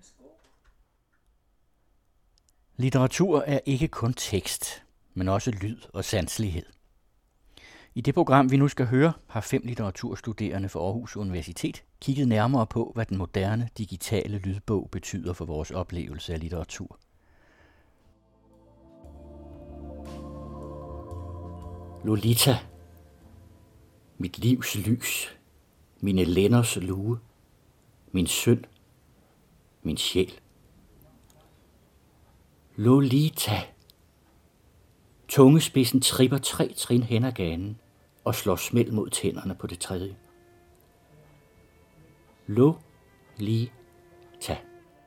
Litteratur er ikke kun tekst, men også lyd og sanselighed. I det program, vi nu skal høre, har 5 litteraturstuderende fra Aarhus Universitet kigget nærmere på, hvad den moderne digitale lydbog betyder for vores oplevelse af litteratur. Lolita. Mit livs lys. Mine lænders lue. Min synd. Min sjæl. Lolita. Tungespidsen tripper 3 trin hen ad ganen og slår smæld mod tænderne på det 3. Lolita.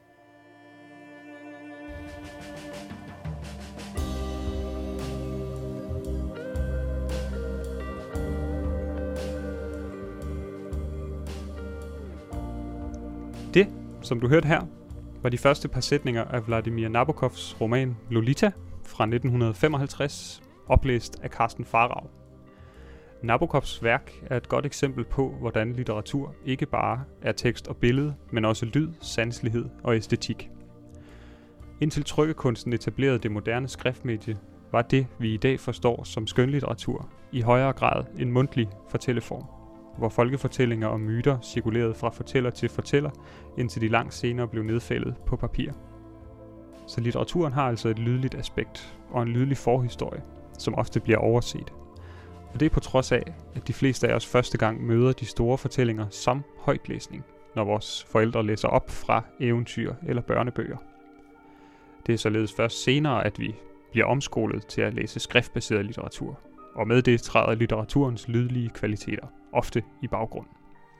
Det, som du hørte her, var de første par sætninger af Vladimir Nabokovs roman Lolita fra 1955, oplæst af Karsten Pharao. Nabokovs værk er et godt eksempel på, hvordan litteratur ikke bare er tekst og billede, men også lyd, sanselighed og æstetik. Indtil trykkekunsten etablerede det moderne skriftmedie, var det, vi i dag forstår som skønlitteratur, i højere grad en mundtlig fortælleform, hvor folkefortællinger og myter cirkulerede fra fortæller til fortæller, indtil de langt senere blev nedfældet på papir. Så litteraturen har altså et lydligt aspekt og en lydlig forhistorie, som ofte bliver overset. Og det er på trods af, at de fleste af os første gang møder de store fortællinger som højtlæsning, når vores forældre læser op fra eventyr eller børnebøger. Det er således først senere, at vi bliver omskolet til at læse skriftbaseret litteratur, og med det træder litteraturens lydlige kvaliteter ofte i baggrunden.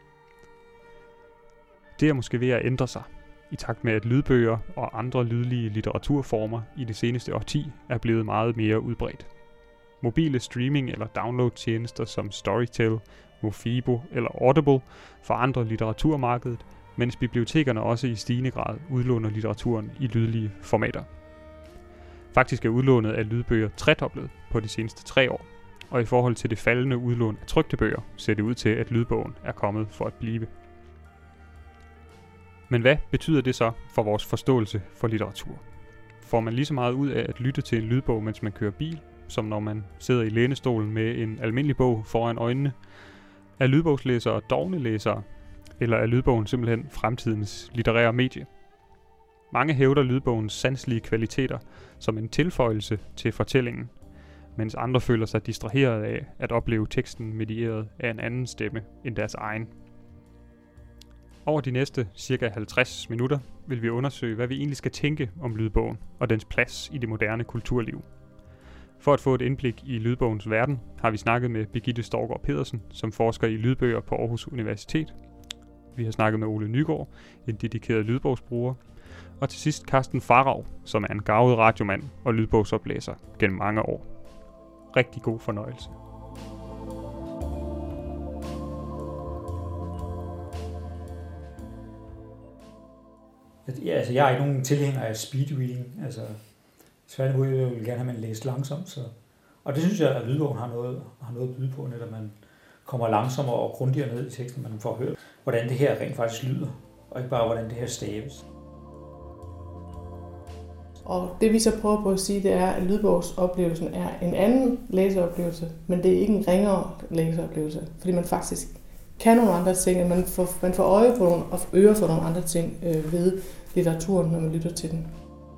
Det er måske ved at ændre sig, i takt med at lydbøger og andre lydlige litteraturformer i det seneste årti er blevet meget mere udbredt. Mobile streaming- eller download-tjenester som Storytel, Mofibo eller Audible forandrer litteraturmarkedet, mens bibliotekerne også i stigende grad udlåner litteraturen i lydlige formater. Faktisk er udlånet af lydbøger tredoblet på de seneste 3 år, og i forhold til det faldende udlån af trykte bøger ser det ud til, at lydbogen er kommet for at blive. Men hvad betyder det så for vores forståelse for litteratur? Får man lige så meget ud af at lytte til en lydbog, mens man kører bil, som når man sidder i lænestolen med en almindelig bog foran øjnene? Er lydbogslæsere dovne læsere, eller er lydbogen simpelthen fremtidens litterære medie? Mange hævder lydbogens sanselige kvaliteter som en tilføjelse til fortællingen, mens andre føler sig distraheret af at opleve teksten medieret af en anden stemme end deres egen. Over de næste cirka 50 minutter vil vi undersøge, hvad vi egentlig skal tænke om lydbogen og dens plads i det moderne kulturliv. For at få et indblik i lydbogens verden, har vi snakket med Birgitte Stougaard Pedersen, som forsker i lydbøger på Aarhus Universitet. Vi har snakket med Ole Nygaard, en dedikeret lydbogsbruger. Og til sidst Karsten Pharao, som er en garvet radiomand og lydbogsoplæser gennem mange år. Rigtig god fornøjelse. Ja, altså jeg er ikke nogen tilhænger af speedreading. Altså tværtimod vil jeg gerne have, at man læst langsomt. Så. Og det synes jeg, at lydbogen har noget at byde på, netop man kommer langsommere og grundigere ned i teksten, man får hørt, hvordan det her rent faktisk lyder, og ikke bare hvordan det her staves. Og det vi så prøver på at sige, det er, at lydbogsoplevelsen er en anden læseoplevelse, men det er ikke en ringere læseoplevelse, fordi man faktisk kan nogle andre ting, og man får øje på nogle, og ører for nogle andre ting ved litteraturen, når man lytter til den.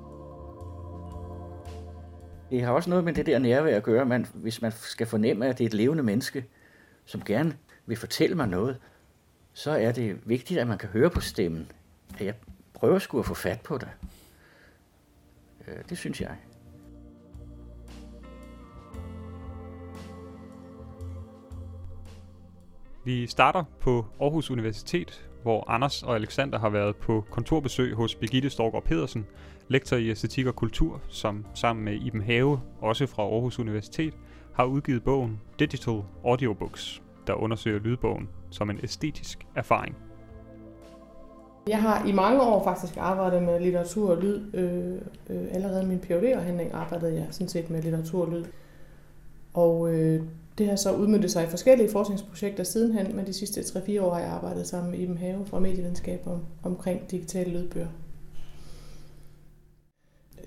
Det har også noget med det der nærvær at gøre, hvis man skal fornemme, at det er et levende menneske, som gerne vil fortælle mig noget, så er det vigtigt, at man kan høre på stemmen, at jeg prøver sgu at få fat på det. Det synes jeg. Vi starter på Aarhus Universitet, hvor Anders og Alexander har været på kontorbesøg hos Birgitte Stougaard Pedersen, lektor i æstetik og kultur, som sammen med Iben Have, også fra Aarhus Universitet, har udgivet bogen Digital Audiobooks, der undersøger lydbogen som en æstetisk erfaring. Jeg har i mange år faktisk arbejdet med litteratur og lyd. Allerede min PhD-afhandling arbejdede jeg sådan set med litteratur og lyd. Og det har så udmøntet sig i forskellige forskningsprojekter sidenhen, men de sidste 3-4 år har jeg arbejdet sammen med Iben Have fra Medievidenskab omkring digitale lydbøger.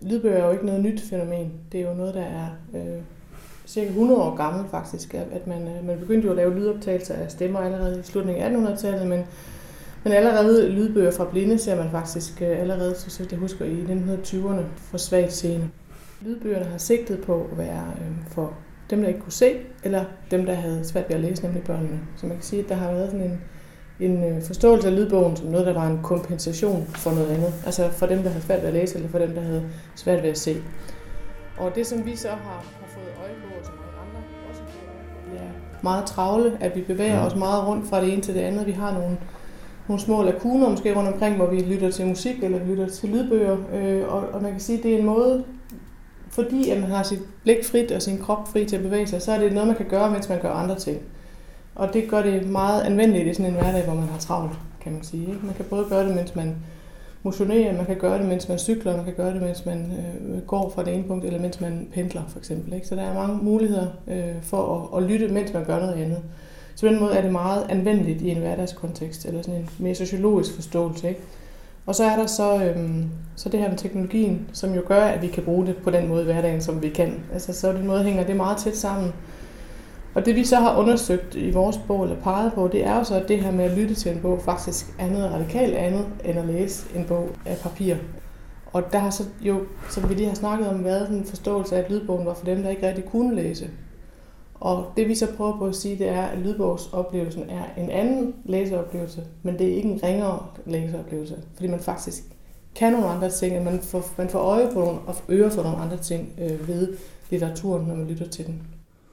Lydbøger er jo ikke noget nyt fænomen. Det er jo noget, der er cirka 100 år gammel faktisk. At man begyndte jo at lave lydoptagelser af stemmer allerede i slutningen af 1800-tallet, men allerede lydbøger fra blinde ser man faktisk allerede, så jeg husker, i 1920'erne for svagt seende. Lydbøgerne har sigtet på at være for dem, der ikke kunne se, eller dem, der havde svært ved at læse, nemlig børnene. Så man kan sige, at der har været sådan en forståelse af lydbogen som noget, der var en kompensation for noget andet. Altså for dem, der havde svært ved at læse, eller for dem, der havde svært ved at se. Og det, som vi så har fået øje på, og som mange andre også har fået øje på, det er meget travle, at vi bevæger os meget rundt fra det ene til det andet. Vi har nogle små lakuner måske rundt omkring, hvor vi lytter til musik eller lytter til lydbøger. Og man kan sige, at det er en måde, fordi at man har sit blik frit og sin krop fri til at bevæge sig, så er det noget, man kan gøre, mens man gør andre ting. Og det gør det meget anvendeligt i sådan en hverdag, hvor man har travlt, kan man sige. Ikke? Man kan både gøre det, mens man motionerer, man kan gøre det, mens man cykler, man kan gøre det, mens man går fra det ene punkt, eller mens man pendler, for eksempel. Ikke? Så der er mange muligheder for at lytte, mens man gør noget andet. Så på den måde er det meget anvendeligt i en hverdagskontekst, eller sådan en mere sociologisk forståelse. Ikke? Og så er der så det her med teknologien, som jo gør, at vi kan bruge det på den måde i hverdagen, som vi kan. Altså så den måde hænger det meget tæt sammen. Og det vi så har undersøgt i vores bog, eller peget på, det er jo så, at det her med at lytte til en bog faktisk er noget radikalt andet, end at læse en bog af papir. Og der har så jo, som vi lige har snakket om, været en forståelse af, at lydbogen var for dem, der ikke rigtig kunne læse. Og det vi så prøver på at sige, det er, at lydbogsoplevelsen er en anden læseoplevelse, men det er ikke en ringere læseoplevelse, fordi man faktisk kan nogle andre ting, at man får øje på nogle, og ører for nogle andre ting ved litteraturen, når man lytter til den.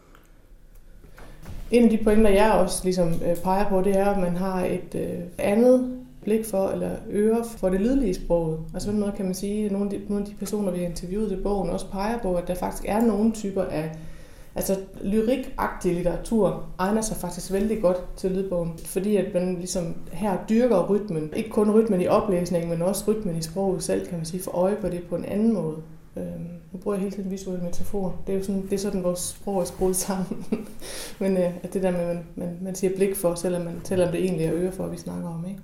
En af de pointer, jeg også ligesom peger på, det er, at man har et andet blik for, eller øre for det lydlige sproget. Altså på den måde kan man sige, at nogle af de personer, vi har interviewet i bogen, også peger på, at der faktisk er nogle typer af lyrikagtig litteratur egner sig faktisk vældig godt til lydbogen, fordi at man ligesom her dyrker rytmen. Ikke kun rytmen i oplæsningen, men også rytmen i sproget selv, kan man sige, for øje på det på en anden måde. Nu bruger jeg hele tiden visuelle metaforer. Det er sådan vores sprog er skruet sammen. Men at det der med, man siger blik for, selvom det egentlig er øre for, at vi snakker om, ikke?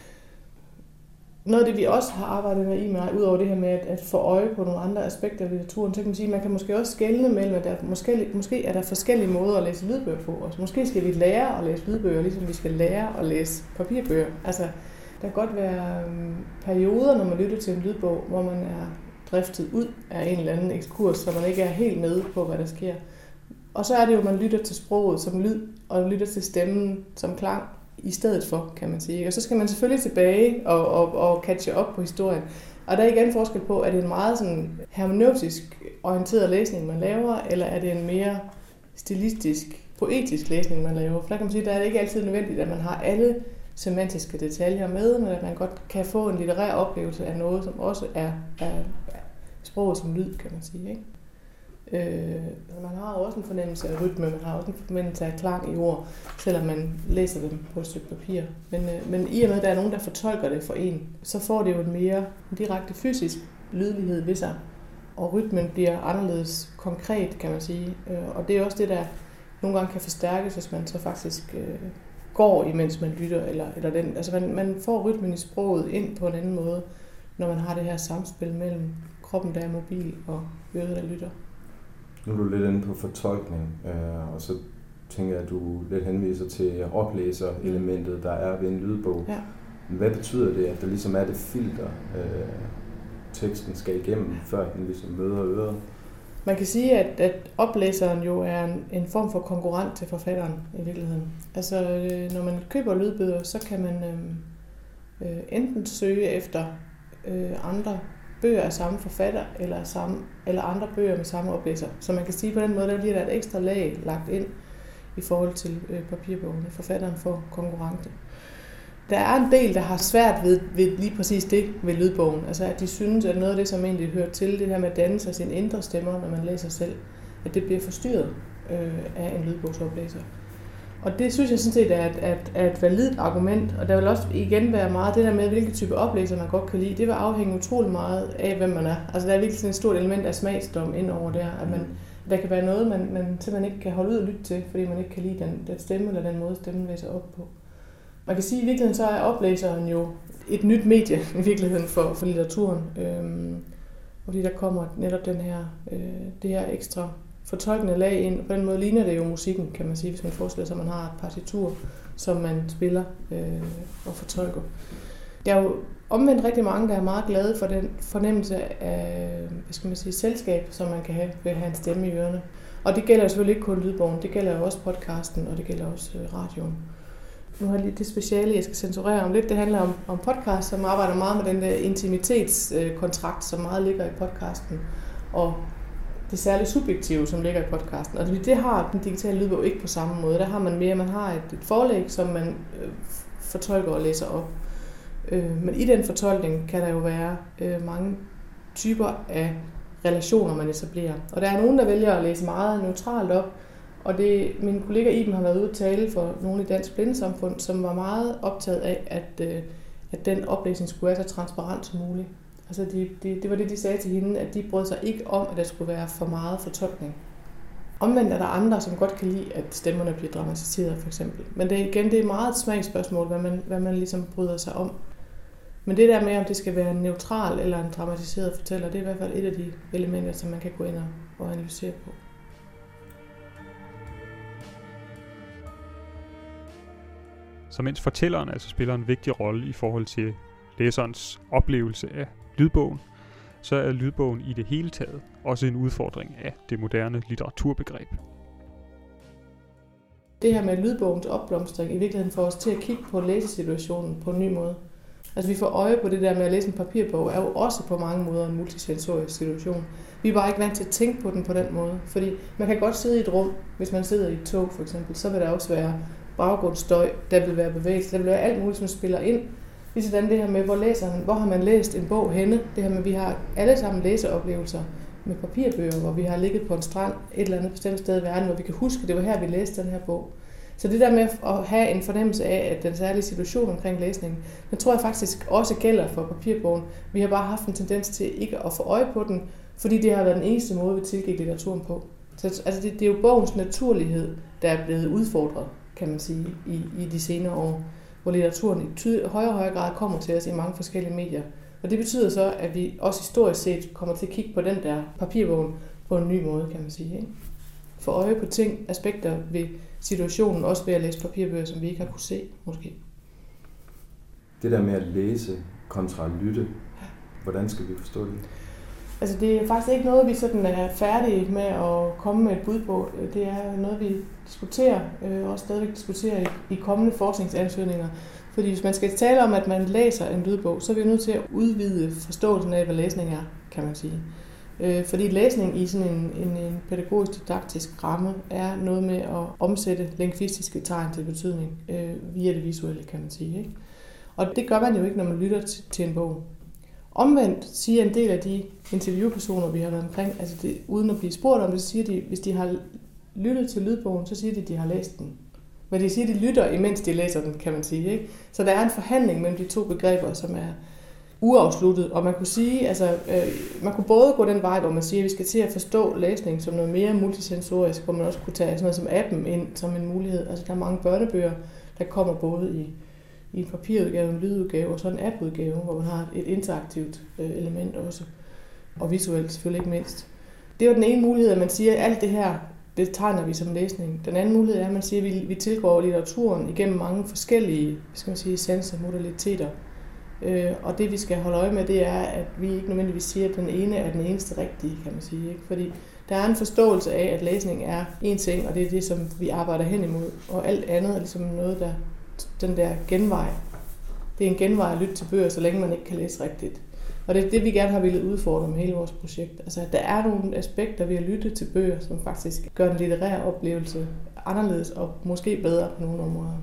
Noget af det, vi også har arbejdet med udover det her med at få øje på nogle andre aspekter af litteraturen, så kan man sige, at man kan måske også skelne mellem, at der måske er der forskellige måder at læse lydbøger på. Og måske skal vi lære at læse lydbøger, ligesom vi skal lære at læse papirbøger. Altså, der kan godt være perioder, når man lytter til en lydbog, hvor man er driftet ud af en eller anden ekskurs, så man ikke er helt med på, hvad der sker. Og så er det jo, at man lytter til sproget som lyd, og lytter til stemmen som klang i stedet for, kan man sige. Og så skal man selvfølgelig tilbage og catche op på historien. Og der er igen forskel på, er det en meget sådan hermeneutisk orienteret læsning, man laver, eller er det en mere stilistisk, poetisk læsning, man laver. For der kan man sige, der er det ikke altid nødvendigt, at man har alle semantiske detaljer med, men at man godt kan få en litterær oplevelse af noget, som også er sproget som lyd, kan man sige. Ikke? Man har også en fornemmelse af rytme, man har også en fornemmelse af klang i ord, selvom man læser dem på et stykke papir. Men i og med, at der er nogen, der fortolker det for en, så får det jo en mere direkte fysisk lydlighed ved sig, og rytmen bliver anderledes konkret, kan man sige. Og det er også det, der nogle gange kan forstærkes, hvis man så faktisk går, imens man lytter, eller den. Altså man får rytmen i sproget ind på en anden måde, når man har det her samspil mellem kroppen, der er mobil, og øret, der lytter. Nu er du lidt inde på fortolkning, og så tænker jeg, at du lidt henviser til oplæser-elementet, der er ved en lydbog. Ja. Hvad betyder det, at der ligesom er det filter, teksten skal igennem, før den ligesom møder øret? Man kan sige, at oplæseren jo er en form for konkurrent til forfatteren i virkeligheden. Altså, når man køber lydbøger, så kan man enten søge efter andre bøger af samme forfatter, eller andre bøger med samme oplæser. Så man kan sige på den måde, der bliver der et ekstra lag lagt ind i forhold til papirbogene. Forfatteren får konkurrence. Der er en del, der har svært ved lige præcis det ved lydbogen. Altså at de synes, at noget af det, som egentlig hører til, det her med at danne sig sine indre stemmer, når man læser selv, at det bliver forstyrret af en lydbogsoplæser. Og det synes jeg sådan set er et validt argument, og der vil også igen være meget det der med, hvilke type oplæser man godt kan lide. Det vil afhænge utrolig meget af, hvem man er. Altså der er virkelig sådan et stort element af smagsdom ind over der, at der kan være noget, man simpelthen ikke kan holde ud og lytte til, fordi man ikke kan lide den stemme eller den måde, stemmen læser op på. Man kan sige, at i virkeligheden så er oplæseren jo et nyt medie i virkeligheden for litteraturen. Fordi der kommer netop det her ekstra fortolkende lag ind. På den måde ligner det jo musikken, kan man sige, hvis man forestiller sig, at man har et partitur, som man spiller og fortolker. Der er jo omvendt rigtig mange, der er meget glade for den fornemmelse af selskab, som man kan have ved at have en stemme i ørerne. Og det gælder selvfølgelig ikke kun lydbogen, det gælder jo også podcasten, og det gælder også radioen. Nu har jeg lige det speciale, jeg skal censurere om lidt. Det handler om podcast, som arbejder meget med den der intimitetskontrakt, som meget ligger i podcasten, og det særligt subjektive, som ligger i podcasten. Og det har den digitale lydbog ikke på samme måde. Der har man mere, man har et forlæg, som man fortolker og læser op. Men i den fortolkning kan der jo være mange typer af relationer, man etablerer. Og der er nogen, der vælger at læse meget neutralt op, og min kollega Iben har været ude at tale for nogle i Dansk Blindesamfund, som var meget optaget af, at den oplæsning skulle være så transparent som muligt. Altså det var det, de sagde til hende, at de brød sig ikke om, at der skulle være for meget fortolkning. Omvendt er der andre, som godt kan lide, at stemmerne bliver dramatiseret, for eksempel. Men det er meget et smagsspørgsmål, hvad man ligesom bryder sig om. Men det der med, om det skal være en neutral eller en dramatiseret fortæller, det er i hvert fald et af de elementer, som man kan gå ind og analysere på. Så mens fortælleren altså spiller en vigtig rolle i forhold til læserens oplevelse af lydbogen, så er lydbogen i det hele taget også en udfordring af det moderne litteraturbegreb. Det her med lydbogens opblomstring i virkeligheden får os til at kigge på læsesituationen på en ny måde. Altså vi får øje på det der med at læse en papirbog, er jo også på mange måder en multisensorisk situation. Vi er bare ikke vant til at tænke på den på den måde, fordi man kan godt sidde i et rum, hvis man sidder i et tog for eksempel, så vil der også være baggrundsstøj, der vil være bevægelse, der vil være alt muligt, som spiller ind. Ligesådan det her med, hvor har man læst en bog henne, det her med, vi har alle sammen læseoplevelser med papirbøger, hvor vi har ligget på en strand et eller andet bestemt sted i verden, hvor vi kan huske, at det var her, vi læste den her bog. Så det der med at have en fornemmelse af, at den særlige situation omkring læsningen, det tror jeg faktisk også gælder for papirbogen. Vi har bare haft en tendens til ikke at få øje på den, fordi det har været den eneste måde, vi tilgik litteraturen på. Så altså det er jo bogens naturlighed, der er blevet udfordret, kan man sige, i de senere år, hvor litteraturen i højere grad kommer til os i mange forskellige medier. Og det betyder så, at vi også historisk set kommer til at kigge på den der papirbogen på en ny måde, kan man sige. Ikke? Få øje på ting, aspekter ved situationen, også ved at læse papirbøger, som vi ikke har kunne se, måske. Det der med at læse kontra lytte, hvordan skal vi forstå det? Altså det er faktisk ikke noget, vi sådan er færdige med at komme med et bud på. Det er noget, vi diskuterer, og stadigvæk diskuterer i kommende forskningsansøgninger. Fordi hvis man skal tale om, at man læser en lydbog, så er vi nødt til at udvide forståelsen af, hvad læsning er, kan man sige. Fordi læsning i sådan en pædagogisk-didaktisk ramme er noget med at omsætte lingvistiske tegn til betydning via det visuelle, kan man sige. Ikke? Og det gør man jo ikke, når man lytter til en bog. Omvendt siger en del af de interviewpersoner, vi har været omkring, altså det, uden at blive spurgt om det, så siger de, hvis de har lyttet til lydbogen, så siger de, at de har læst den. Men de siger, at de lytter, imens de læser den, kan man sige. Ikke? Så der er en forhandling mellem de to begreber, som er uafsluttet. Og man kunne sige, altså, man kunne både gå den vej, hvor man siger, at vi skal til at forstå læsning som noget mere multisensorisk, hvor man også kunne tage sådan noget som appen ind som en mulighed. Altså der er mange børnebøger, der kommer både i en papirudgave, en lydudgave og så en appudgave, hvor man har et interaktivt element også. Og visuelt selvfølgelig ikke mindst. Det er jo den ene mulighed, at man siger, at alt det her, det tegner vi som læsning. Den anden mulighed er, at man siger, at vi tilgår litteraturen igennem mange forskellige, sanser, modaliteter. Og det vi skal holde øje med, det er, at vi ikke nødvendigvis siger, at den ene er den eneste rigtige, kan man sige. Ikke? Fordi der er en forståelse af, at læsning er en ting, og det er det, som vi arbejder hen imod. Og alt andet er ligesom noget, der den der genvej. Det er en genvej at lytte til bøger, så længe man ikke kan læse rigtigt. Og det er det, vi gerne har ville udfordre med hele vores projekt. Altså, der er nogle aspekter ved at lytte til bøger, som faktisk gør den litterære oplevelse anderledes og måske bedre på nogle områder.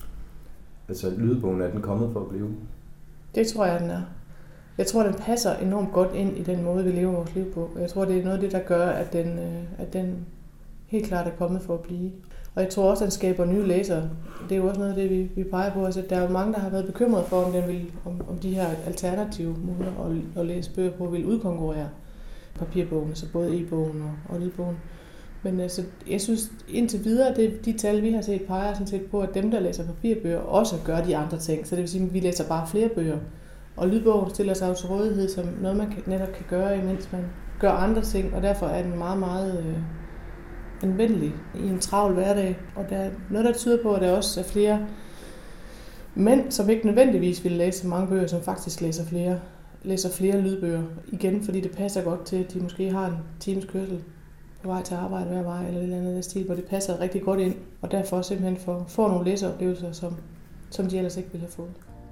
Altså, lydbogen, er den kommet for at blive? Det tror jeg, den er. Jeg tror, den passer enormt godt ind i den måde, vi lever vores liv på. Jeg tror, det er noget af det, der gør, at den helt klart er kommet for at blive. Og jeg tror også, at den skaber nye læsere. Det er jo også noget af det, vi peger på. Altså, der er jo mange, der har været bekymrede for, om de her alternative måder at læse bøger på vil udkonkurrere papirbogen, så både e-bogen og lydbogen. Men altså, jeg synes indtil videre, de tal, vi har set, peger sådan set på, at dem, der læser papirbøger, også gør de andre ting. Så det vil sige, at vi læser bare flere bøger. Og lydbogen stiller sig jo til rådighed som noget, man netop kan gøre, imens man gør andre ting, og derfor er den meget, meget anvendelig i en travl hverdag. Og der er noget, der tyder på, at der også er flere mænd, som ikke nødvendigvis vil læse så mange bøger, som faktisk læser flere lydbøger igen, fordi det passer godt til, at de måske har en times kørsel på vej til arbejde hver vej, eller et eller andet stil, hvor det passer rigtig godt ind, og derfor simpelthen får nogle læseoplevelser, som de ellers ikke ville have fået.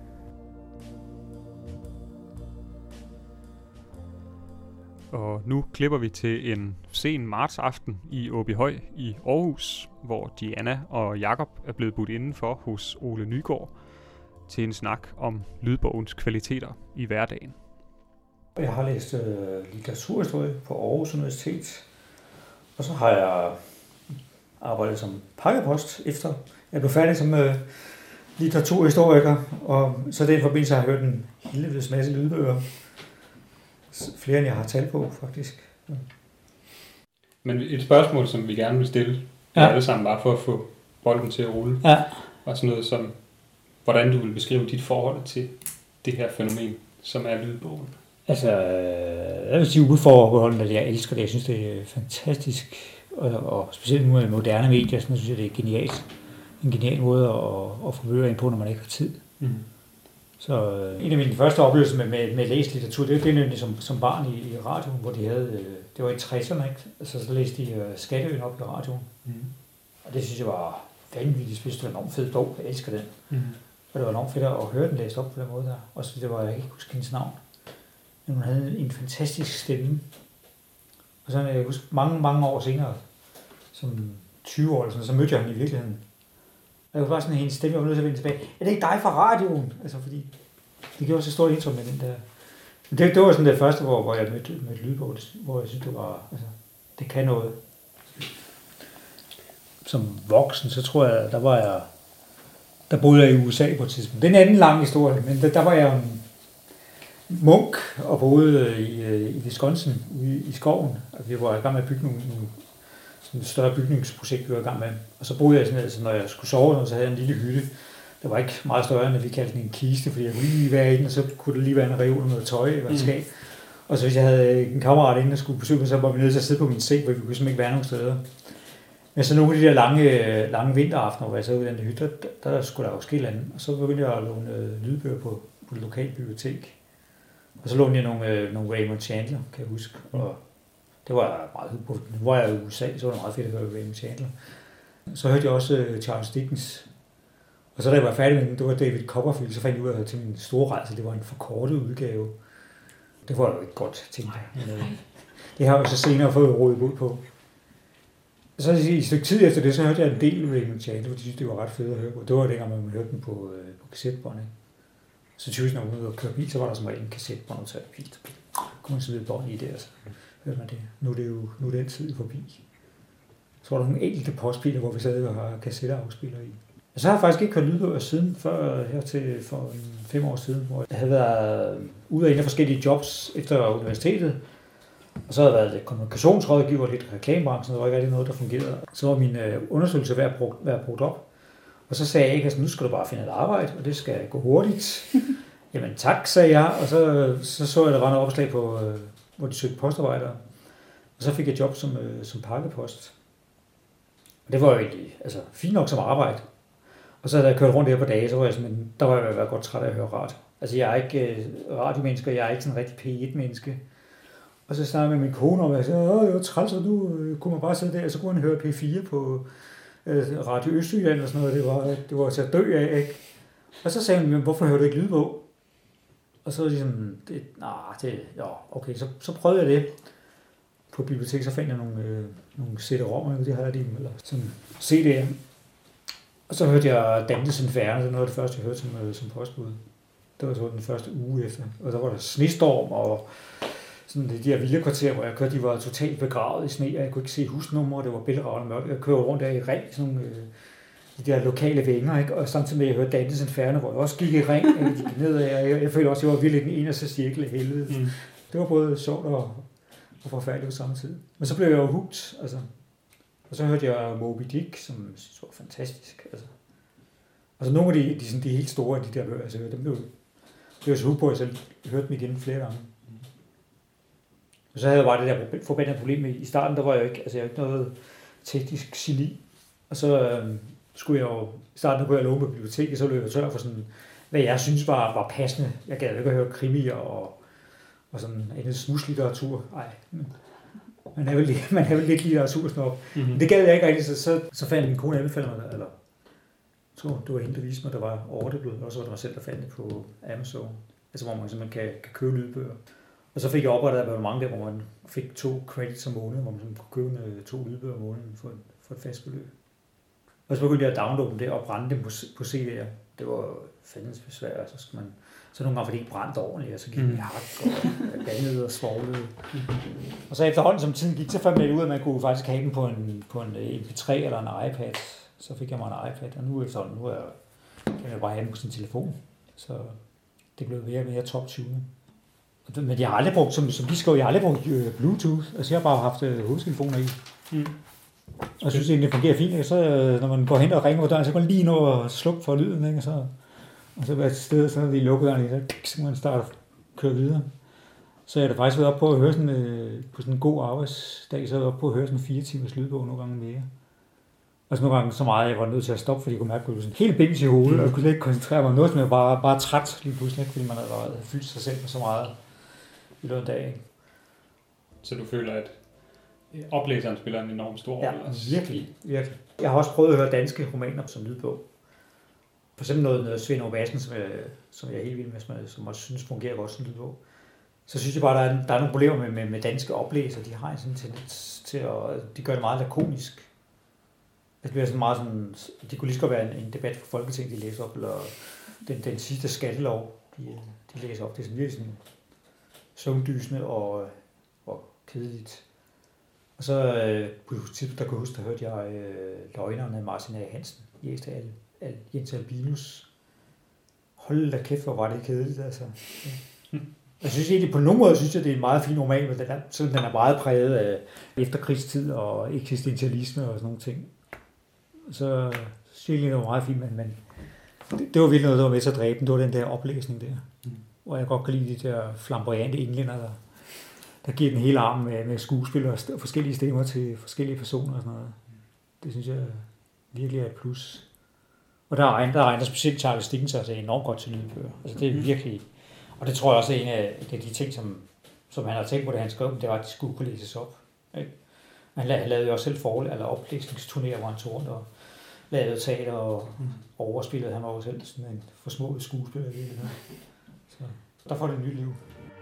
Og nu klipper vi til en sen martsaften i Åbyhøj i Aarhus, hvor Diana og Jakob er blevet budt indenfor hos Ole Nygaard til en snak om lydbogens kvaliteter i hverdagen. Jeg har læst litteraturhistorie på Aarhus Universitet, og så har jeg arbejdet som pakkepost efter jeg blev færdig som litteraturhistoriker, og så i den forbindelse har jeg hørt en helvedes masse lydbøger. Flere end jeg har talt på, faktisk. Ja. Men et spørgsmål, som vi gerne vil stille alle sammen, bare for at få bolden til at rulle, var sådan noget som, hvordan du vil beskrive dit forhold til det her fænomen, som er lydbogen. Altså, jeg vil sige udforholdet, at jeg elsker det. Jeg synes, det er fantastisk, og specielt nu med moderne medier, så synes jeg, det er genialt. En genial måde at få bøger ind på, når man ikke har tid. Mm. Så en af mine første oplevelser med læslitteratur, det er nemlig som barn i radioen, hvor de havde, det var i 60'erne, ikke? Altså, så læste de Skatteøen op i radioen. Mm. Og det synes jeg var vanvittigt, det var en enormt fed bog, jeg elsker den. Mm. Og det var enormt fedt at høre den læst op på den måde der. Og så det var, jeg ikke huske hendes navn. Men hun havde en fantastisk stemme. Og så jeg husker mange år senere, som 20 år eller sådan, så mødte jeg hende i virkeligheden. Og det var bare sådan, hendes stemme, jeg var nødt til at vende tilbage. Er det ikke dig fra radioen? Altså, fordi det gjorde så stort indtryk med den der. Men det var sådan det første, hvor jeg mødte lydbog, hvor jeg synes, det var, altså, det kan noget. Som voksen, så tror jeg, der boede jeg i USA på et tidspunkt. Det er en anden lang historie, men der var jeg en munk og boede i Wisconsin, ude i skoven. Og vi var i gang med at bygge nogle større bygningsprojekt, vi var i gang med. Og så boede jeg sådan, altså, når jeg skulle sove, så havde jeg en lille hytte. Der var ikke meget større, end vi kaldte den en kiste, fordi jeg kunne lige være i den, og så kunne det lige være en reol og noget tøj eller et skab. Og så hvis jeg havde en kammerat inde, der skulle besøge mig, så var vi nødt til at sidde på min seng, for vi kunne simpelthen ikke være nogen steder. Men så nogle af de der lange vinteraftener, hvor jeg sad ude i den hytte, der skulle der jo ske andet. Og så begyndte jeg at låne lydbøger på det lokale bibliotek. Og så lånte jeg nogle Raymond Chandler, kan jeg huske. Og det var meget hyggeligt. Nu var jeg i USA, så var det meget fedt at høre Raymond Chandler. Så hørte jeg også Charles Dickens. Og så da jeg var færdig med den, det var David Copperfield, så fandt jeg ud af til min store rejse, det var en forkortet udgave. Det var jo ikke godt, tænkte jeg. Det har jeg så senere fået rådet ud på. Så i et stykke tid efter det, så hørte jeg en del Raymond Chandler, fordi jeg synes, det var ret fedt at høre på. Det var dengang, man hørte den på kassettebånd. Så typisk, når man var ude og køre bil, så var der som regel en kassettebånd, og så bil. Kunne man smide bånd i det, og så hørte man det. Nu er den tid forbi. Så var der nogle enkelte postbiler, hvor vi sad og har kassetteafspillere i. Og så har jeg faktisk ikke hørt lydbøger siden, før her til for 5 år siden, hvor jeg havde været ude af en af forskellige jobs efter universitetet. Og så havde jeg været kommunikationsrådgiver, lidt reklamebranchen, og der var ikke rigtig noget, der fungerede. Så var min undersøgelse ved at brugt op. Og så sagde jeg ikke, at nu skal du bare finde et arbejde, og det skal gå hurtigt. Jamen tak, sagde jeg, og så jeg, der var noget opslag på, hvor de søgte postarbejdere. Og så fik jeg job som pakkepost. Og det var jo egentlig fint nok som arbejde. Og så havde jeg kørt rundt her på dage, så var jeg simpelthen, der var jeg godt træt af at høre radio. Altså jeg er ikke radiomenneske, og jeg er ikke sådan en rigtig P1-menneske. Og så snakkede jeg med min kone om, at jeg sagde, jeg var træt, så nu kunne man bare sidde der, og så kunne man høre P4 på Radio Østjylland og sådan noget. Det var til at dø af, ikke? Og så sagde hun, hvorfor hører du ikke lydbog? Og så var det ligesom, okay, så prøvede jeg det. På biblioteket, så fandt jeg nogle CD-rommer, det havde de, eller sådan CD'er. Og så hørte jeg Dantes Inferno, det var noget af det første, jeg hørte som postbud. Det var så den første uge efter. Og der var der snestorm, og sådan de her vilde kvarterer, hvor jeg kørte, de var totalt begravet i sne, og jeg kunne ikke se husnumre, det var bælragende mørkt. Jeg kørte rundt der i ring, sådan nogle de der lokale vænger, ikke? Og samtidig med, at jeg hørte Dantes Inferno, hvor jeg også gik i ring, jeg følte også, at jeg var virkelig den eneste cirkel af helvede. Mm. Det var både sjovt og forfærdeligt på samme tid. Men så blev jeg jo hugt, altså. Og så hørte jeg Moby Dick, som jeg synes var fantastisk, altså. Altså nogle af de helt store af de der bøger, altså, dem blev. det var så på, at jeg hørte dem igen flere gange. Og så havde jeg bare det der forbandede problem med, i starten, der var jeg ikke, altså jeg var ikke noget teknisk geni. Og så skulle jeg jo, i starten kunne jeg låne på biblioteket, så løb jeg tør for sådan, hvad jeg synes var passende. Jeg gad ikke at høre krimier og sådan en smudslitteratur. Ej, man er vel lidt litteratursnop. Mm-hmm. Det gad jeg ikke rigtig, så fandt min kone anbefaler mig, eller jeg tror, det var hende, der viste mig, der var Audible, og så var det mig selv, der fandt det på Amazon. Altså hvor man simpelthen kan købe lydbøger. Og så fik jeg oprettet et abonnement der, hvor man fik 2 credits om måneden, hvor man kunne købe 2 lydbøger om måneden for et fast beløb. Og så begyndte jeg at downloade dem der og brænde dem på CD'er. Det var fandens besvær, så nogle gange fordi det ikke brændte ordentligt, og så gik det i hak og bandede og svoglede. Og så efterhånden, som tiden gik, så fandt man ud af, at man kunne faktisk have den på en MP3 eller en iPad. Så fik jeg mig en iPad, og nu kan jeg bare have den på sin telefon. Så det blev mere og mere top-tunet. Men jeg har aldrig brugt, som de skrev, jeg har aldrig brugt Bluetooth. Altså jeg har bare haft hovedtelefoner i. Og jeg synes egentlig, det fungerer fint. Ikke? Så når man går hen og ringer på døren, så kan man lige nå at slukke for lyden. Ikke? Og så være til stede, så er de lukket døren, så kan man starte og køre videre. Så jeg har da faktisk været oppe på at høre på sådan en god arbejdsdag, så har jeg været oppe på at høre sådan 4 timers lydbog nogle gange mere. Og så nogle gange så meget, jeg var nødt til at stoppe, fordi jeg kunne mærke, at jeg var sådan helt bims i hovedet, og jeg kunne slet ikke koncentrere mig om noget, som jeg var bare træt lige pludselig, fordi man havde fyldt sig selv med så meget i løbet af dagen. Så du føler, at oplæseren spiller en enormt stor rolle? Ja, virkelig. Jeg har også prøvet at høre danske romaner som lydbog. For eksempel noget Svend Aage Madsen, som jeg er helt vild med, som også synes fungerer godt som lydbog. Så synes jeg bare, der er nogle problemer med danske oplæsere. De har sådan en tendens til at... De gør det meget lakonisk. Det bliver sådan meget sådan... Det kunne lige så godt være en debat for Folketinget, de læser op, eller den sidste skattelov, de læser op. Det er sådan virkelig sådan søvndysende og kedeligt. Og så på et tidspunkt, der kunne jeg huske, der hørte jeg løgnerne af Martin A. Hansen, Jens Albinus. Hold da kæft, hvor var det kedeligt, altså. Ja. Jeg synes egentlig, på nogen måde, synes jeg, det er en meget fin roman, men den er meget præget af efterkrigstid og eksistentialisme og sådan nogle ting. Så synes jeg egentlig, det var meget fint, men det var virkelig noget, der var med til at dræbe den. Det var den der oplæsning der, hvor jeg godt kan lide de der flamboyante englænder, der giver den hele arm med skuespil og forskellige stemmer til forskellige personer og sådan noget. Det synes jeg virkelig er et plus. Og der regner specielt Charles Dickens altså enormt godt til lydbøger. Altså det er virkelig... Og det tror jeg også er en af de ting, som han har tænkt på, da han skrev dem, det var, at de skulle kunne læses op. Ikke? Han lavede jo også selv oplæsningsturnéer, hvor han tog rundt og lavede teater og overspillede. Han var jo selv sådan en forsmået skuespiller. Så der får det et nyt liv.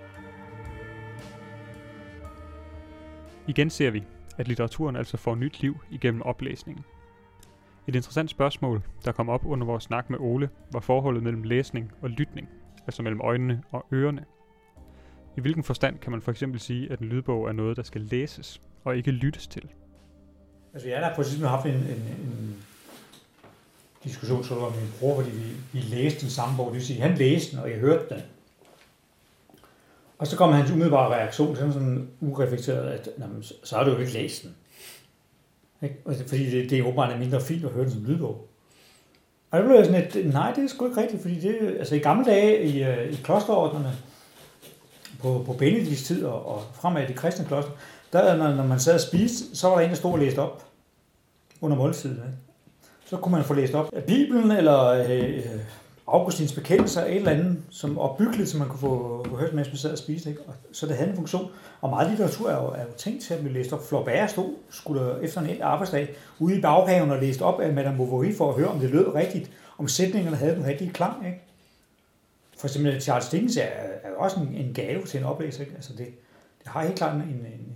Igen ser vi, at litteraturen altså får nyt liv igennem oplæsningen. Et interessant spørgsmål, der kom op under vores snak med Ole, var forholdet mellem læsning og lytning, altså mellem øjnene og ørerne. I hvilken forstand kan man for eksempel sige, at en lydbog er noget, der skal læses og ikke lyttes til? Altså jeg har præcis haft en diskussion så med min bror, fordi vi læste den samme bog, det vil sige, han læste den, og jeg hørte den. Og så kom hans umiddelbare reaktion, sådan ureflekteret, at så har du jo ikke læst den. Ikke? Fordi det er åbenbart mindre fint at høre den som lydbog. Og det blev jeg sådan et, nej, det er sgu ikke rigtigt, fordi det, altså i gamle dage i klosterordnerne, på Benedikts tid og fremad i det kristne kloster, der når man sad og spiste, så var der en, der stod og læste op under måltiden. Ikke? Så kunne man få læst op af Bibelen, eller Augustins bekendelser, et eller andet, som opbyggeligt, så man kunne få hørt, mens man sad og spiste. Ikke? Og så det havde en funktion. Og meget litteratur er jo tænkt til at blive læst op. Flaubert skulle efter en arbejdsdag ude i baghaven og læst op af Madame Bovary for at høre, om det lød rigtigt, om sætningerne havde den rigtige klang. Ikke? For eksempel Charles Dickens er også en gave til en oplæser. Ikke? Altså det har helt klart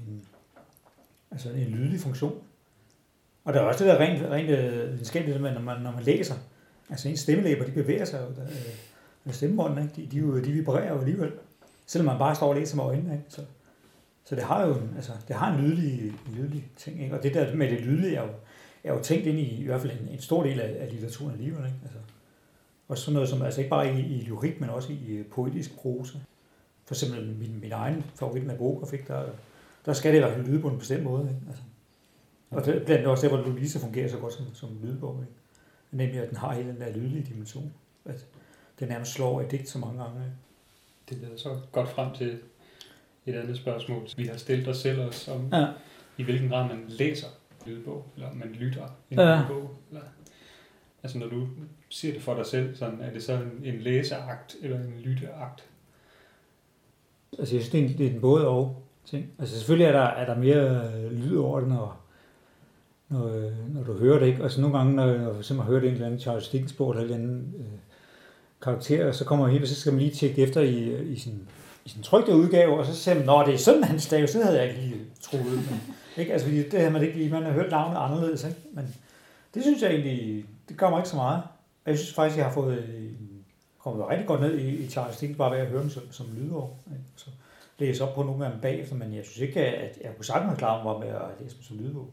en lydlig funktion. Og der er også det der rent videnskabeligt, når man læser. Altså ens stemmelæber, de bevæger sig jo med stemmebåndene, ikke? De vibrerer jo alligevel. Selvom man bare står og læser med øjnene, ikke? Så det har jo det har en lydlig ting, ikke? Og det der med det lydlige er jo tænkt ind i hvert fald en stor del af litteraturen alligevel, ikke? Altså, også sådan noget som, altså ikke bare i lyrik, men også i poetisk prosa. For eksempel min egen favorit med Nabokov, der skal det i hvert fald lyde på en bestemt måde, ikke? Altså, og det er blandt andet også der, hvor Louise fungerer så godt som lydbog, ikke? Nemlig, at den har hele den der lydlige dimension. At den nærmest slår et digt så mange gange. Det leder så godt frem til et andet spørgsmål. Vi har stillet os selv også om, i hvilken grad man læser lydbog, eller man lytter en lydbog. Eller, altså når du siger det for dig selv, sådan, er det så en læseakt eller en lytteakt? Altså jeg synes, det er en både og ting. Altså selvfølgelig er der mere lyd over det, når du hører det, ikke? Altså nogle gange, når jeg simpelthen hører det en eller anden Charles Dickens-bog eller en eller anden karakter, så kommer man så skal man lige tjekke det efter i sin trykte udgave, og så siger man, det er sådan, han staves, det havde jeg ikke lige troet. Men, ikke? Altså fordi det har man ikke lige, man har hørt navnet anderledes, ikke? Men det synes jeg egentlig, det gør mig ikke så meget. Jeg synes faktisk, jeg har kommet rigtig godt ned i Charles Dickens, bare ved at høre dem som lydbog. Så læse op på nogle af dem bagefter, men jeg synes ikke, at jeg kunne sagtens have klaret mig med at læse dem som lydbog.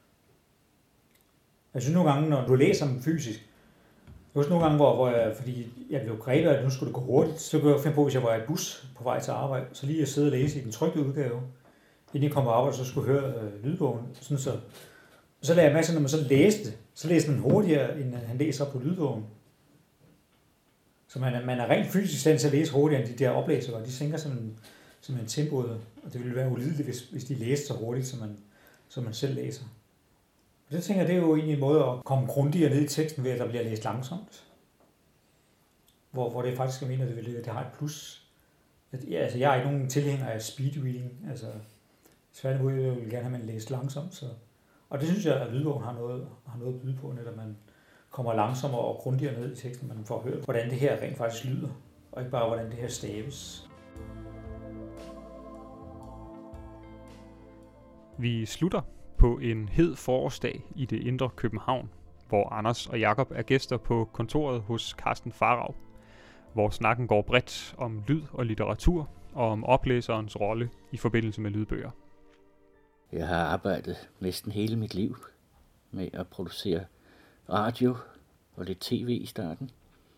Jeg synes nogle gange, når du læser dem fysisk, jeg husker nogle gange, hvor fordi jeg blev grebet, at nu skulle det gå hurtigt, så kunne jeg finde på, hvis jeg var i bus på vej til arbejde, så lige at sidde og læse i den trykte udgave, inden jeg kom på arbejde, så skulle jeg høre lydbogen. Sådan så lagde jeg mærke til, når man så læste det, så læste man hurtigere, end han læser op på lydbogen. Så man er rent fysisk stand til at læse hurtigere, end de der oplæsere, de sænker simpelthen tempoet, og det ville være ulideligt, hvis de læste så hurtigt, som man selv læser. Og det tænker jeg, det er jo egentlig en måde at komme grundigere ned i teksten, ved at der bliver læst langsomt. Hvor det faktisk, jeg mener, det har et plus. Altså, jeg er ikke nogen tilhænger af speedreading. Altså, tværtimod, jeg vil gerne have, man læst langsomt. Og det synes jeg, at lydbogen har noget at byde på, når man kommer langsommere og grundigere ned i teksten, man får hørt, hvordan det her rent faktisk lyder, og ikke bare, hvordan det her staves. Vi slutter på en hed forårsdag i det indre København, hvor Anders og Jakob er gæster på kontoret hos Karsten Farag, hvor snakken går bredt om lyd og litteratur og om oplæserens rolle i forbindelse med lydbøger. Jeg har arbejdet næsten hele mit liv med at producere radio og lidt tv i starten.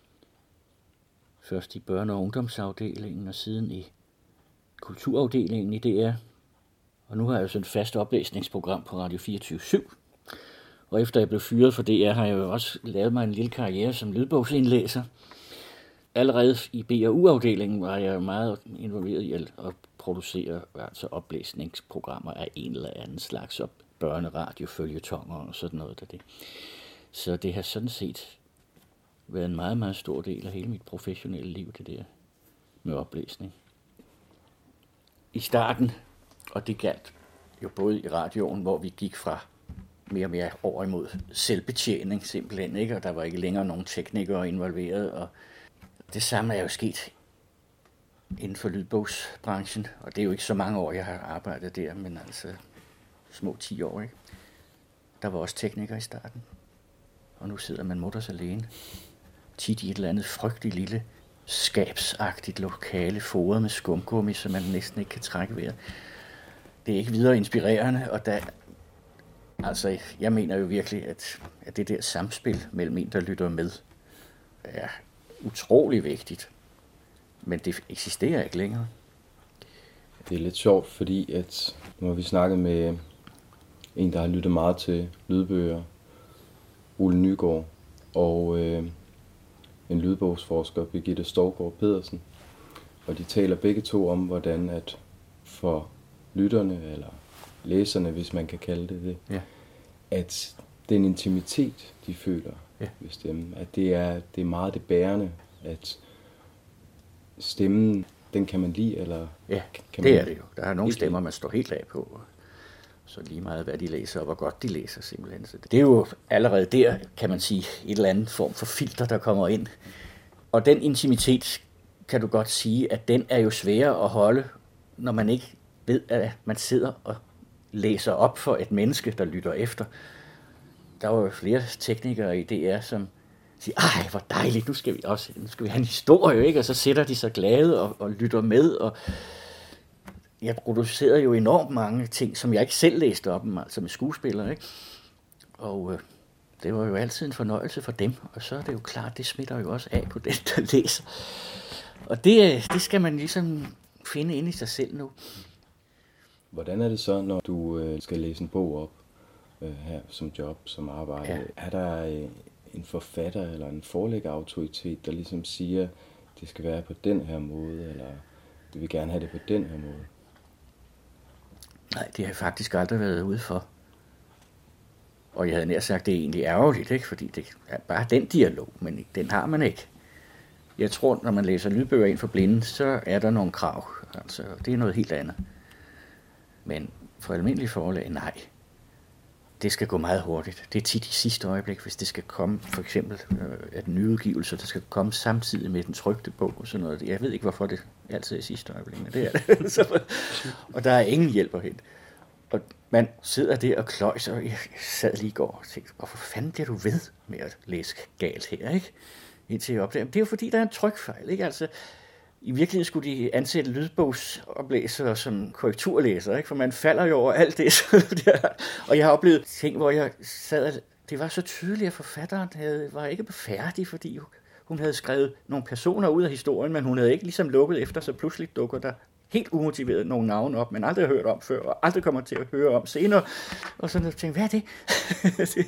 Først i børne- og ungdomsafdelingen og siden i kulturafdelingen i DR. Og nu har jeg jo sådan et fast oplæsningsprogram på Radio 24/7. Og efter jeg blev fyret for DR, har jeg jo også lavet mig en lille karriere som lydbogsindlæser. Allerede i B&U-afdelingen var jeg meget involveret i at producere altså oplæsningsprogrammer af en eller anden slags børneradio, følgetonger og sådan noget af det. Så det har sådan set været en meget, meget stor del af hele mit professionelle liv, det der med oplæsning. I starten, og det galt jo både i radioen, hvor vi gik fra mere og mere over imod selvbetjening simpelthen, ikke? Og der var ikke længere nogen teknikere involveret, og det samme er jo sket inden for lydbogsbranchen, og det er jo ikke så mange år, jeg har arbejdet der, men altså små 10 år, ikke? Der var også teknikere i starten, og nu sidder man mutters alene, tit i et eller andet frygteligt lille skabsagtigt lokale, foret med skumgummi, så man næsten ikke kan trække vejret. Det er ikke videre inspirerende, og altså, jeg mener jo virkelig, at det der samspil mellem en, der lytter med, er utrolig vigtigt. Men det eksisterer ikke længere. Det er lidt sjovt, fordi at nu har vi snakket med en, der har lyttet meget til lydbøger, Ole Nygaard, og en lydbogsforsker, Birgitte Stougaard Pedersen. Og de taler begge to om, hvordan at for lytterne, eller læserne, hvis man kan kalde det, ja, at den intimitet, de føler ved stemmen, at det er meget det bærende, at stemmen, den kan man lide, eller... Ja, kan det er det jo. Der er nogle stemmer, man står helt af på. Så lige meget, hvad de læser, og hvor godt de læser simpelthen. Så det er jo allerede der, kan man sige, et eller andet form for filter, der kommer ind. Og den intimitet, kan du godt sige, at den er jo sværere at holde, når man ikke ved, at man sidder og læser op for et menneske, der lytter efter. Der var jo flere teknikere i DR, som siger, ej, hvor dejligt, nu skal vi have en historie, ikke? Og så sætter de sig glade og lytter med, og jeg producerede jo enormt mange ting, som jeg ikke selv læste op om, altså med skuespillere, ikke? Og det var jo altid en fornøjelse for dem, og så er det jo klart, det smitter jo også af på den, der læser. Og det skal man ligesom finde ind i sig selv nu. Hvordan er det så, når du skal læse en bog op her som job, som arbejde? Ja. Er der en forfatter eller en forlæggerautoritet, der ligesom siger, det skal være på den her måde, eller... du vil gerne have det på den her måde? Nej, det har jeg faktisk aldrig været ude for. Og jeg havde nær sagt, det er egentlig ærgerligt, ikke? Fordi det er bare den dialog, men den har man ikke. Jeg tror, når man læser lydbøger ind for blinde, så er der nogle krav. Altså, det er noget helt andet. Men for almindelige forlag, nej. Det skal gå meget hurtigt. Det er tit i sidste øjeblik, hvis det skal komme, for eksempel at den nye udgivelse, der skal komme samtidig med den trykte bog og sådan noget. Jeg ved ikke, hvorfor det altid er i sidste øjeblik, men det er det. Og der er ingen hjælp at hente. Og man sidder der og kløjser, og jeg sad lige i går og tænkte, hvorfor fanden bliver du ved med at læse galt her, ikke? Indtil jeg opdager, det er jo fordi, der er en trykfejl, ikke? Altså, i virkeligheden skulle de ansætte lydbogsoplæsere som korrekturlæsere, ikke? For man falder jo over alt det. Og jeg har oplevet ting, hvor jeg sad, det var så tydeligt, at forfatteren var ikke færdig, fordi hun havde skrevet nogle personer ud af historien, men hun havde ikke ligesom lukket efter, så pludselig dukker der helt umotiveret nogle navne op, man aldrig har hørt om før, og aldrig kommer til at høre om senere. Og så tænkte jeg, hvad er det?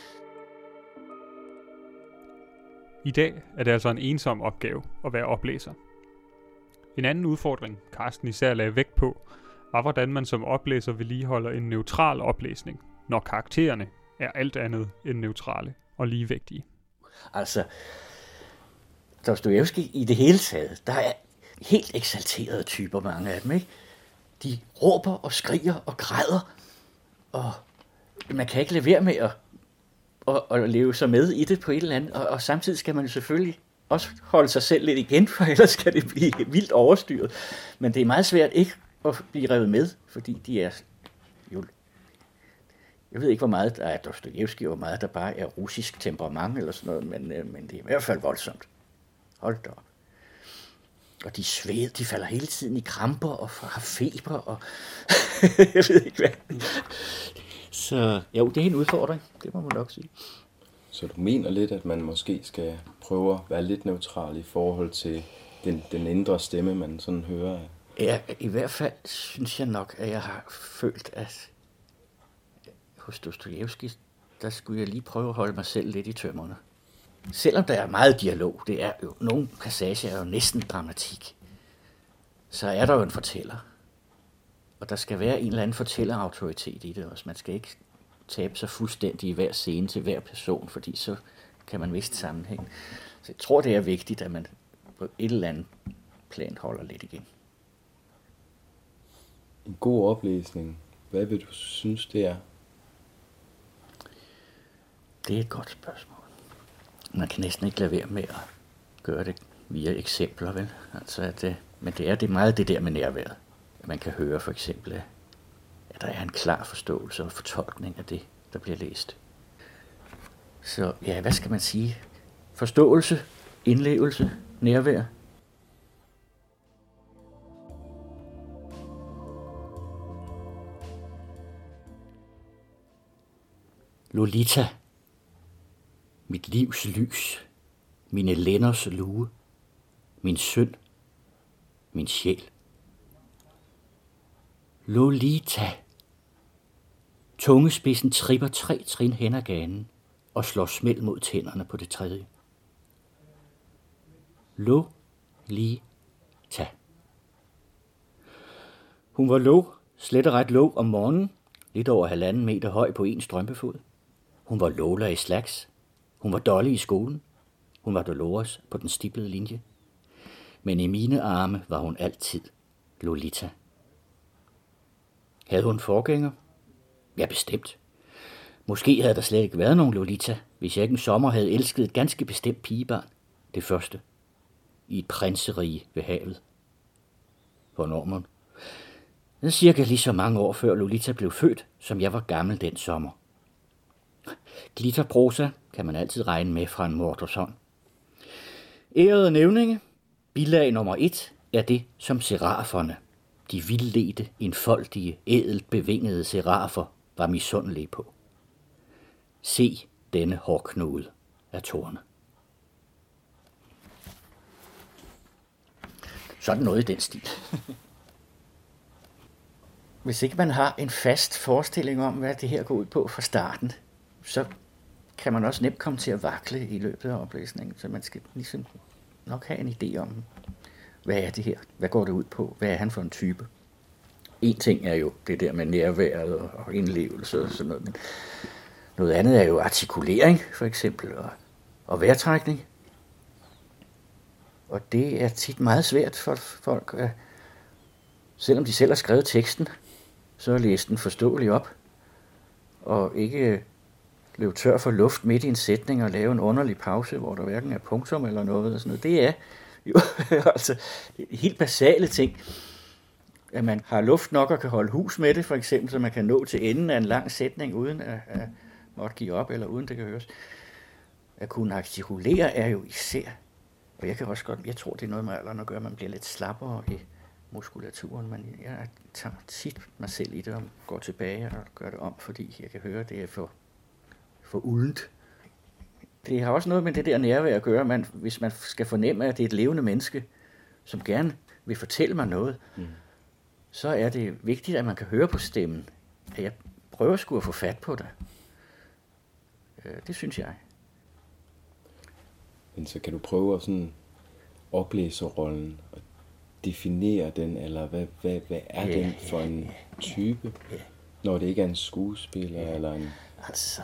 I dag er det altså en ensom opgave at være oplæser. En anden udfordring, Carsten især lagde vægt på, var hvordan man som oplæser vedligeholder en neutral oplæsning, når karaktererne er alt andet end neutrale og ligevægtige. Altså, Dostojevskij i det hele taget, der er helt eksalterede typer, mange af dem, ikke? De råber og skriger og græder, og man kan ikke lade være med at leve sig med i det på et eller andet, og samtidig skal man jo selvfølgelig også holde sig selv lidt igen, for ellers skal det blive vildt overstyret. Men det er meget svært ikke at blive revet med, fordi de er jo... Jeg ved ikke, hvor meget der er Dostojevskij, hvor meget der bare er russisk temperament eller sådan noget, men det er i hvert fald voldsomt. Hold da op. Og de sveder, de falder hele tiden i kramper og har feber, og jeg ved ikke hvad. Så jo, det er en udfordring, det må man nok sige. Så du mener lidt, at man måske skal prøve at være lidt neutral i forhold til den indre stemme, man sådan hører? Ja, i hvert fald synes jeg nok, at jeg har følt, at hos Dostojevskij, der skulle jeg lige prøve at holde mig selv lidt i tømmerne. Selvom der er meget dialog, det er jo, nogle passager er jo næsten dramatik, så er der jo en fortæller. Og der skal være en eller anden fortællerautoritet i det også. Man skal ikke tabe sig fuldstændig i hver scene til hver person, fordi så kan man miste sammenhæng. Så jeg tror, det er vigtigt, at man på et eller andet plan holder lidt igen. En god oplæsning, hvad vil du synes, det er? Det er et godt spørgsmål. Man kan næsten ikke lade være med at gøre det via eksempler, vel? Altså men det er meget det der med nærværet. Man kan høre for eksempel, at der er en klar forståelse og fortolkning af det, der bliver læst. Så ja, hvad skal man sige? Forståelse, indlevelse, nærvær. Lolita, mit livs lys, mine lænders lue, min synd, min sjæl. Lolita. Tungespidsen tripper 3 trin hen ad ganen og slår smæld mod tænderne på det tredje. Lolita. Hun var slet og ret om morgenen, lidt over 1,5 meter høj på en strømpefod. Hun var Lola i slacks. Hun var Dolly i skolen. Hun var Dolores på den stiplede linje. Men i mine arme var hun altid Lolita. Havde hun forgænger? Ja, bestemt. Måske havde der slet ikke været nogen Lolita, hvis jeg ikke en sommer havde elsket et ganske bestemt pigebarn. Det første. I et prinserige ved havet. Hvornår man? Cirka lige så mange år før Lolita blev født, som jeg var gammel den sommer. Glitterprosa kan man altid regne med fra en morders hånd. Ærede nævninge, bilag nummer 1 er det, som seraferne, de vildledte, enfoldige, ædelt bevingede serafer, var misundelige på. Se denne hårknude af tårne. Sådan noget i den stil. Hvis ikke man har en fast forestilling om, hvad det her går ud på fra starten, så kan man også nemt komme til at vakle i løbet af oplæsningen, så man skal ligesom nok have en idé om den. hvad er det her? Hvad går det ud på? Hvad er han for en type? En ting er jo det der med nærværet og indlevelse og sådan noget, men noget andet er jo artikulering, for eksempel, og vejrtrækning. Og det er tit meget svært for folk, selvom de selv har skrevet teksten, så at læse den forståeligt op, og ikke løbe tør for luft midt i en sætning og lave en underlig pause, hvor der hverken er punktum eller noget. Og sådan noget. Det er jo altså helt basale ting, at man har luft nok og kan holde hus med det, for eksempel, så man kan nå til enden af en lang sætning, uden at måtte give op, eller uden det kan høres. At kunne artikulere er jo især, og jeg kan også godt, jeg tror, det er noget med alderen at gøre, at man bliver lidt slappere i muskulaturen, men jeg tager tit mig selv i det og går tilbage og gør det om, fordi jeg kan høre, at det er for uldent. Det har også noget med det der nærvær at gøre, hvis man skal fornemme, at det er et levende menneske, som gerne vil fortælle mig noget, så er det vigtigt, at man kan høre på stemmen, at jeg prøver sgu at få fat på det. Det synes jeg. Men så kan du prøve at sådan oplæserrollen og definere den, eller hvad er den for en type, når det ikke er en skuespiller eller en... Altså,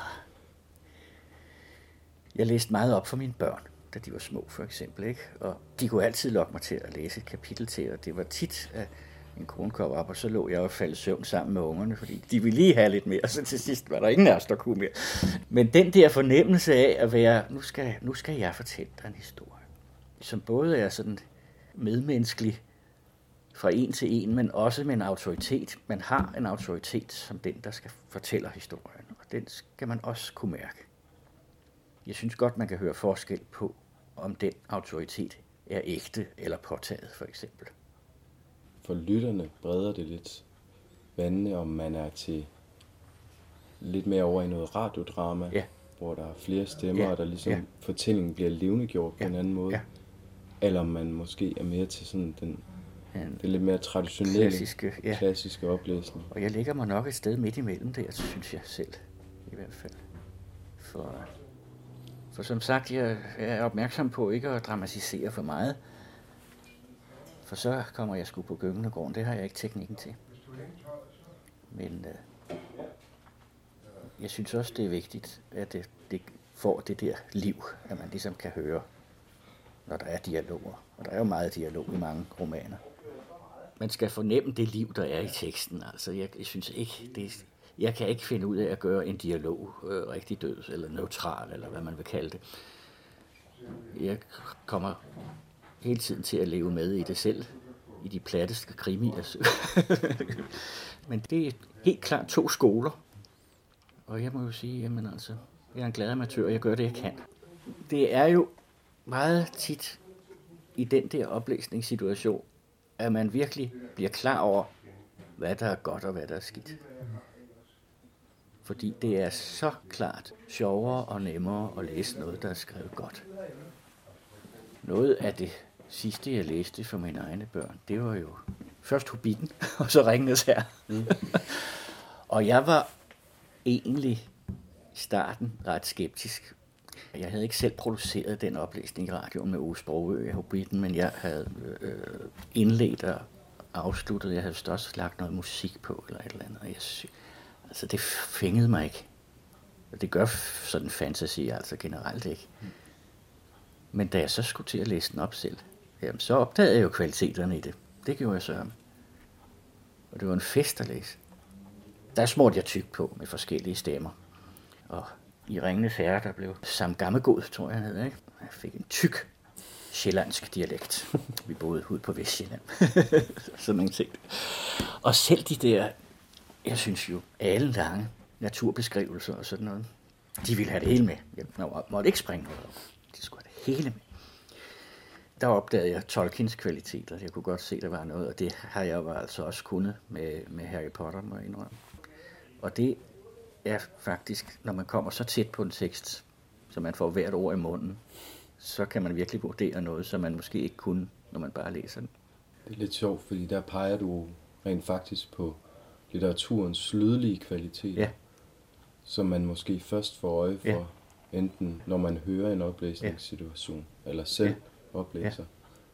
jeg læste meget op for mine børn, da de var små for eksempel, ikke? Og de kunne altid lokke mig til at læse et kapitel til, og det var tit, at en kone kom op, og så lå jeg og faldt i søvn sammen med ungerne, fordi de ville lige have lidt mere, og så til sidst var der ingen af os, der kunne mere. Men den der fornemmelse af at være, nu skal jeg fortælle dig en historie, som både er sådan medmenneskelig fra en til en, men også med en autoritet. Man har en autoritet som den, der skal fortælle historien, og den skal man også kunne mærke. Jeg synes godt, man kan høre forskel på, om den autoritet er ægte eller påtaget, for eksempel. For lytterne breder det lidt vandene, om man er til lidt mere over i noget radiodrama, hvor der er flere stemmer, og der ligesom fortællingen bliver levendegjort på en anden måde. Ja. Eller om man måske er mere til sådan den lidt mere traditionelle, klassiske oplæsning. Og jeg ligger mig nok et sted midt imellem der, synes jeg selv, i hvert fald. For som sagt, jeg er opmærksom på ikke at dramatisere for meget. For så kommer jeg sgu på gyngende grund. Det har jeg ikke teknikken til. Men jeg synes også, det er vigtigt, at det får det der liv, at man ligesom kan høre, når der er dialoger. Og der er jo meget dialog i mange romaner. Man skal fornemme det liv, der er i teksten. Altså, jeg synes ikke, jeg kan ikke finde ud af at gøre en dialog rigtig død, eller neutral, eller hvad man vil kalde det. Jeg kommer hele tiden til at leve med i det selv, i de platteste krimier. Men det er helt klart 2 skoler. Og jeg må jo sige, jamen altså, jeg er en glad amatør, og jeg gør det, jeg kan. Det er jo meget tit i den der oplæsningssituation, at man virkelig bliver klar over, hvad der er godt og hvad der er skidt. Fordi det er så klart sjovere og nemmere at læse noget, der er skrevet godt. Noget af det sidste, jeg læste for mine egne børn, det var jo først Hobbiten, og så Ringenes Herre. Og jeg var egentlig i starten ret skeptisk. Jeg havde ikke selv produceret den oplæsning i radioen med Ove Sprogøe af Hobbiten, men jeg havde indledt og afsluttet. Jeg havde også lagt noget musik på, eller et eller andet. Altså, det fængede mig ikke. Og det gør sådan fantasy altså generelt ikke. Men da jeg så skulle til at læse den op selv, jamen, så opdagede jeg jo kvaliteterne i det. Det gjorde jeg så. Og det var en fest at læse. Der smurte jeg tyk på med forskellige stemmer. Og i Ringenes Herre, der blev Sam Gammegod, tror jeg, han hed, ikke? Jeg fik en tyk sjællandsk dialekt. Vi boede ude på Vestjylland. Sådan nogle ting. Og selv de der, jeg synes jo, alle lange naturbeskrivelser og sådan noget, de ville have det hele med. Jeg måtte ikke springe noget op. De skulle have det hele med. Der opdagede jeg Tolkiens kvaliteter. Jeg kunne godt se, der var noget, og det har jeg jo altså også kunnet med Harry Potter, må jeg indrømme. Og det er faktisk, når man kommer så tæt på en tekst, så man får hvert ord i munden, så kan man virkelig vurdere noget, som man måske ikke kunne, når man bare læser den. Det er lidt sjovt, fordi der peger du rent faktisk på litteraturens lydlige kvalitet, som man måske først får øje for, enten når man hører en oplæsningssituation, eller selv oplæser.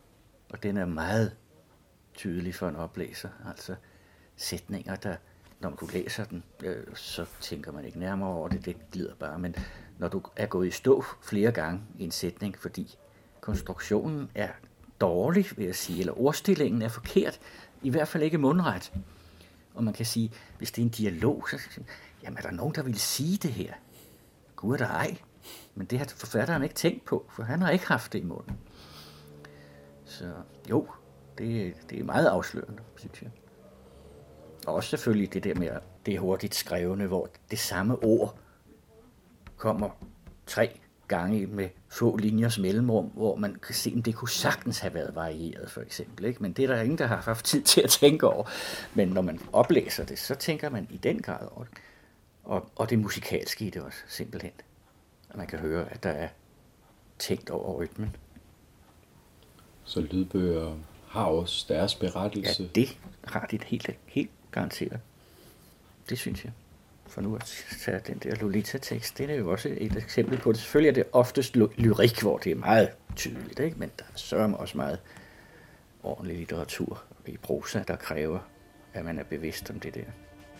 og den er meget tydelig for en oplæser. Altså sætninger, der, når du læser den, så tænker man ikke nærmere over det, det glider bare. Men når du er gået i stå flere gange i en sætning, fordi konstruktionen er dårlig, vil jeg sige, eller ordstillingen er forkert, i hvert fald ikke mundret. Og man kan sige, hvis det er en dialog, så jamen, er der nogen, der vil sige det her? Gud er der ej. Men det har forfatteren ikke tænkt på, for han har ikke haft det i munden. Så jo, det er meget afslørende, synes jeg. Og også selvfølgelig det der med, at det er hurtigt skrevne, hvor det samme ord kommer 3 gange med få linjers mellemrum, hvor man kan se, at det kunne sagtens have været varieret, for eksempel. Ikke? Men det er der ingen, der har haft tid til at tænke over. Men når man oplæser det, så tænker man i den grad over det. Og det musikalske i det også, simpelthen. Og man kan høre, at der er tænkt over rytmen. Så lydbøger har også deres berettelse? Ja, det har de helt garanteret. Det synes jeg. For nu at tage den der Lolita-tekst, det er jo også et eksempel på det. Selvfølgelig er det oftest lyrik, hvor det er meget tydeligt, ikke? Men der sørger mig også meget ordentlig litteratur i prosa, der kræver, at man er bevidst om det der.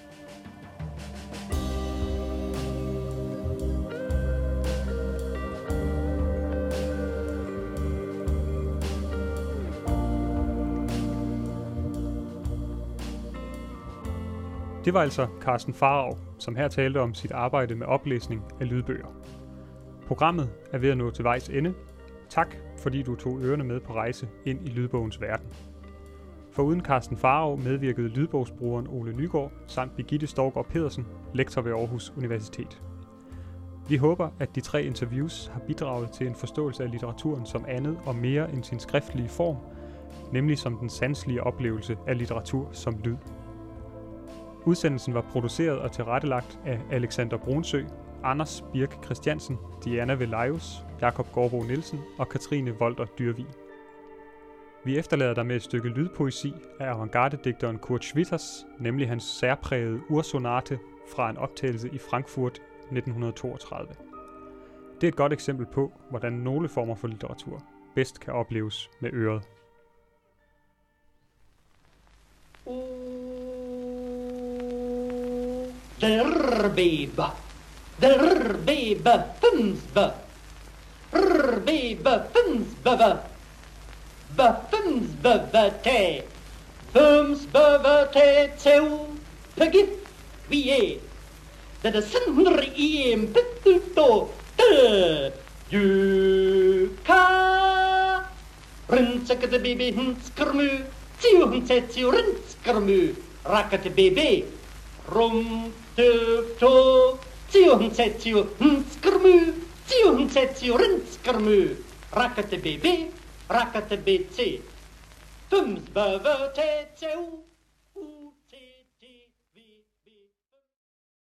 Det var altså Karsten Pharao, som her talte om sit arbejde med oplæsning af lydbøger. Programmet er ved at nå til vejs ende. Tak, fordi du tog ørerne med på rejse ind i lydbogens verden. Foruden Karsten Pharao medvirkede lydbogsbrugeren Ole Nygaard samt Birgitte Stougaard Pedersen, lektor ved Aarhus Universitet. Vi håber, at de 3 interviews har bidraget til en forståelse af litteraturen som andet og mere end sin skriftlige form, nemlig som den sanselige oplevelse af litteratur som lyd. Udsendelsen var produceret og tilrettelagt af Alexander Brunsø, Anders Birk Christiansen, Diana Velajus, Jakob Gårdbo Nielsen og Katrine Volter Dyrvig. Vi efterlader dig med et stykke lydpoesi af avantgarde-digteren Kurt Schwitters, nemlig hans særprægede ursonate fra en optagelse i Frankfurt 1932. Det er et godt eksempel på, hvordan nogle former for litteratur bedst kan opleves med øret. Derbeba, derbeba, funsba, derbeba, funsba, funsba, te, funsba, te, teu, pegit, vi er, det er sender i en bittelto, de, du, ka, rindsakete bibi, hinskermu, tiu, rinskermu, rakkete bibi, rum, to, tiu, rinskermu, rakkete bibi, rakkete bt, fums, te, teu,